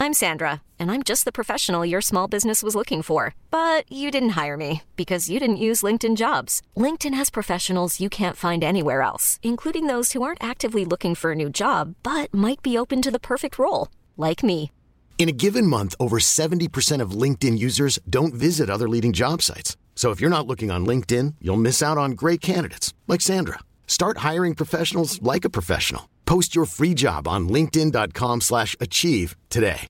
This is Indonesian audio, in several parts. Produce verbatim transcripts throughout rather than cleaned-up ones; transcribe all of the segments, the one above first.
I'm Sandra, and I'm just the professional your small business was looking for. But you didn't hire me because you didn't use LinkedIn Jobs. LinkedIn has professionals you can't find anywhere else, including those who aren't actively looking for a new job, but might be open to the perfect role, like me. In a given month, over seventy percent of LinkedIn users don't visit other leading job sites. So if you're not looking on LinkedIn, you'll miss out on great candidates like Sandra. Start hiring professionals like a professional. Post your free job on linkedin.com slash achieve today.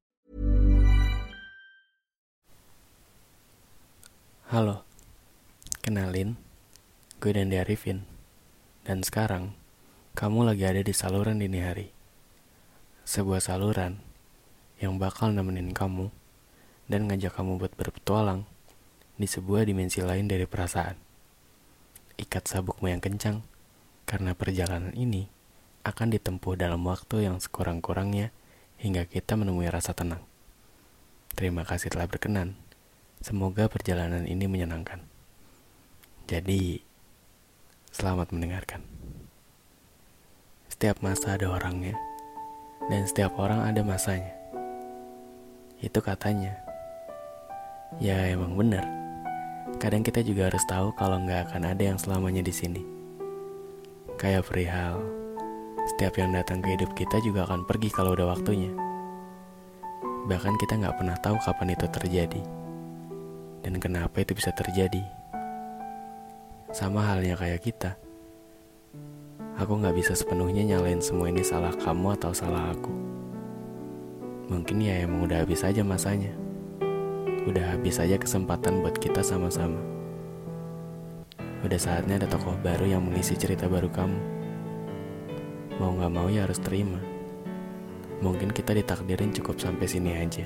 Halo, kenalin, gue Dandi Arifin. Dan sekarang, kamu lagi ada di saluran dini hari. Sebuah saluran yang bakal nemenin kamu dan ngajak kamu buat berpetualang di sebuah dimensi lain dari perasaan. Ikat sabukmu yang kencang, karena perjalanan ini akan ditempuh dalam waktu yang sekurang-kurangnya hingga kita menemui rasa tenang. Terima kasih telah berkenan. Semoga perjalanan ini menyenangkan. Jadi, selamat mendengarkan. Setiap masa ada orangnya, dan setiap orang ada masanya. Itu katanya. Ya emang benar. Kadang kita juga harus tahu kalau nggak akan ada yang selamanya di sini. Kayak perihal, setiap yang datang ke hidup kita juga akan pergi kalau udah waktunya. Bahkan kita nggak pernah tahu kapan itu terjadi dan kenapa itu bisa terjadi. Sama halnya kayak kita. Aku nggak bisa sepenuhnya nyalain semua ini salah kamu atau salah aku. Mungkin ya emang udah habis aja masanya. Udah habis aja kesempatan buat kita sama-sama. Udah saatnya ada tokoh baru yang mengisi cerita baru kamu. Mau gak mau ya harus terima. Mungkin kita ditakdirin cukup sampai sini aja.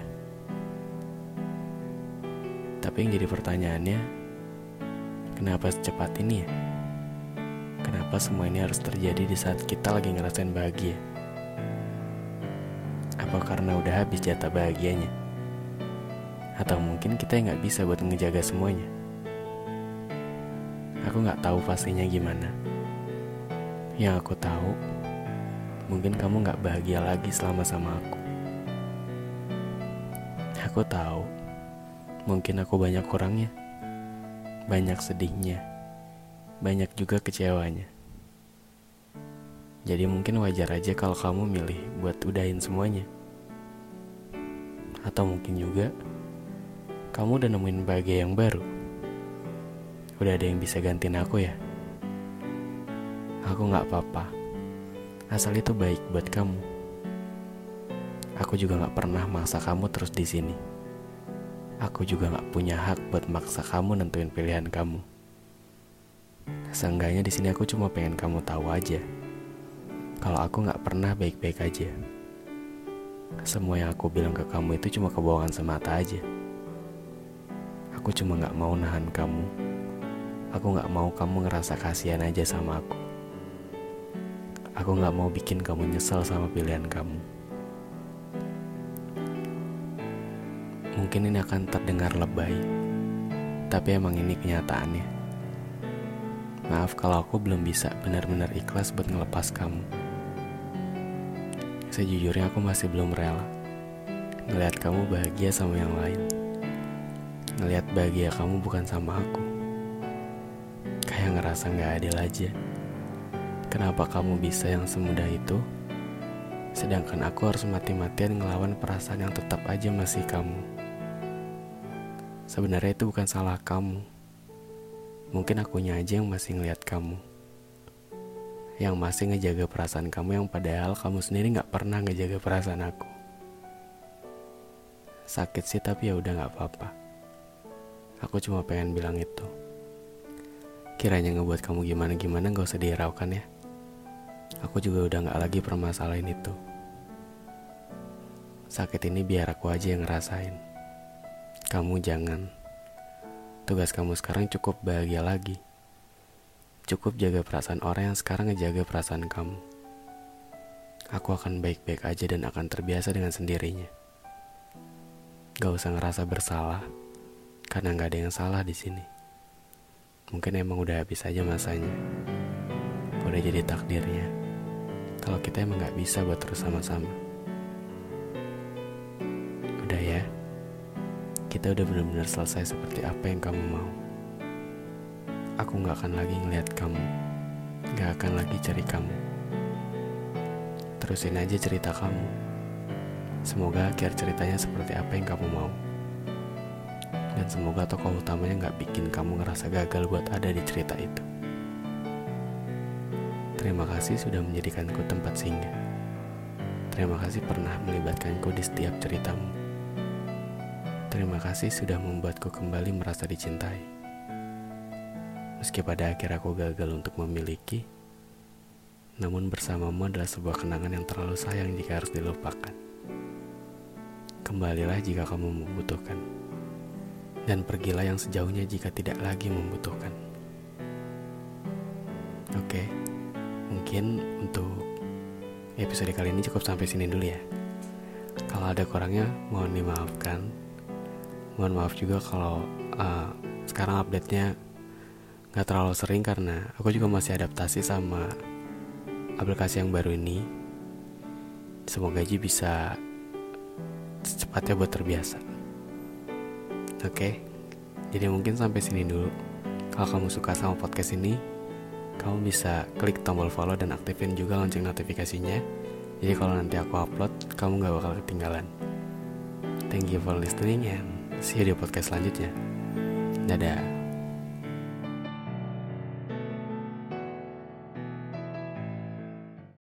Tapi yang jadi pertanyaannya, kenapa secepat ini ya? Kenapa semua ini harus terjadi di saat kita lagi ngerasain bahagia? Apa karena udah habis jatah bahagianya? Atau mungkin kita yang gak bisa buat ngejaga semuanya? Aku gak tahu pastinya gimana. Yang aku tahu, mungkin kamu gak bahagia lagi selama sama aku. Aku tahu, mungkin aku banyak kurangnya, banyak sedihnya, banyak juga kecewanya. Jadi mungkin wajar aja kalau kamu milih buat udahin semuanya. Atau mungkin juga kamu udah nemuin bahagia yang baru. Udah ada yang bisa gantiin aku ya. Aku gak apa-apa, asal itu baik buat kamu. Aku juga gak pernah maksa kamu terus di sini. Aku juga gak punya hak buat maksa kamu nentuin pilihan kamu. Seenggaknya di sini aku cuma pengen kamu tahu aja kalau aku gak pernah baik-baik aja. Semua yang aku bilang ke kamu itu cuma kebohongan semata aja. Aku cuma gak mau nahan kamu. Aku gak mau kamu ngerasa kasihan aja sama aku. Aku gak mau bikin kamu nyesel sama pilihan kamu. Mungkin ini akan terdengar lebay, tapi emang ini kenyataannya. Maaf kalau aku belum bisa benar-benar ikhlas buat ngelepas kamu. Sejujurnya aku masih belum rela ngelihat kamu bahagia sama yang lain. Ngelihat bahagia kamu bukan sama aku. Kayak ngerasa gak adil aja. Kenapa kamu bisa yang semudah itu, sedangkan aku harus mati-matian ngelawan perasaan yang tetap aja masih kamu. Sebenarnya itu bukan salah kamu. Mungkin akunya aja yang masih ngelihat kamu, yang masih ngejaga perasaan kamu, yang padahal kamu sendiri gak pernah ngejaga perasaan aku. Sakit sih, tapi ya udah gak apa-apa. Aku cuma pengen bilang itu. Kiranya ngebuat kamu gimana-gimana gak usah dihiraukan ya. Aku juga udah gak lagi permasalahin itu. Sakit ini biar aku aja yang ngerasain. Kamu jangan. Tugas kamu sekarang cukup bahagia lagi. Cukup jaga perasaan orang yang sekarang ngejaga perasaan kamu. Aku akan baik-baik aja dan akan terbiasa dengan sendirinya. Gak usah ngerasa bersalah, karena gak ada yang salah di sini. Mungkin emang udah habis aja masanya. Udah jadi takdirnya kalau kita emang gak bisa buat terus sama-sama. kita udah benar-benar selesai seperti apa yang kamu mau. Aku gak akan lagi ngeliat kamu, gak akan lagi cari kamu. Terusin aja cerita kamu. Semoga akhir ceritanya seperti apa yang kamu mau. Dan semoga tokoh utamanya gak bikin kamu ngerasa gagal buat ada di cerita itu. Terima kasih sudah menjadikanku tempat singgah. Terima kasih pernah melibatkanku di setiap ceritamu. Terima kasih sudah membuatku kembali merasa dicintai. Meski pada akhir aku gagal untuk memiliki, namun bersamamu adalah sebuah kenangan yang terlalu sayang jika harus dilupakan. Kembalilah jika kamu membutuhkan, dan pergilah yang sejauhnya jika tidak lagi membutuhkan. Oke, mungkin untuk episode kali ini cukup sampai sini dulu ya. Kalau ada kurangnya mohon dimaafkan. Mohon maaf juga kalau uh, sekarang update-nya gak terlalu sering karena aku juga masih adaptasi sama aplikasi yang baru ini. Semoga aja bisa secepatnya buat terbiasa. Oke, jadi mungkin sampai sini dulu. Kalau kamu suka sama podcast ini, kamu bisa klik tombol follow dan aktifin juga lonceng notifikasinya. Jadi kalau nanti aku upload, kamu gak bakal ketinggalan. Thank you for listening and see you di podcast selanjutnya. Dadah.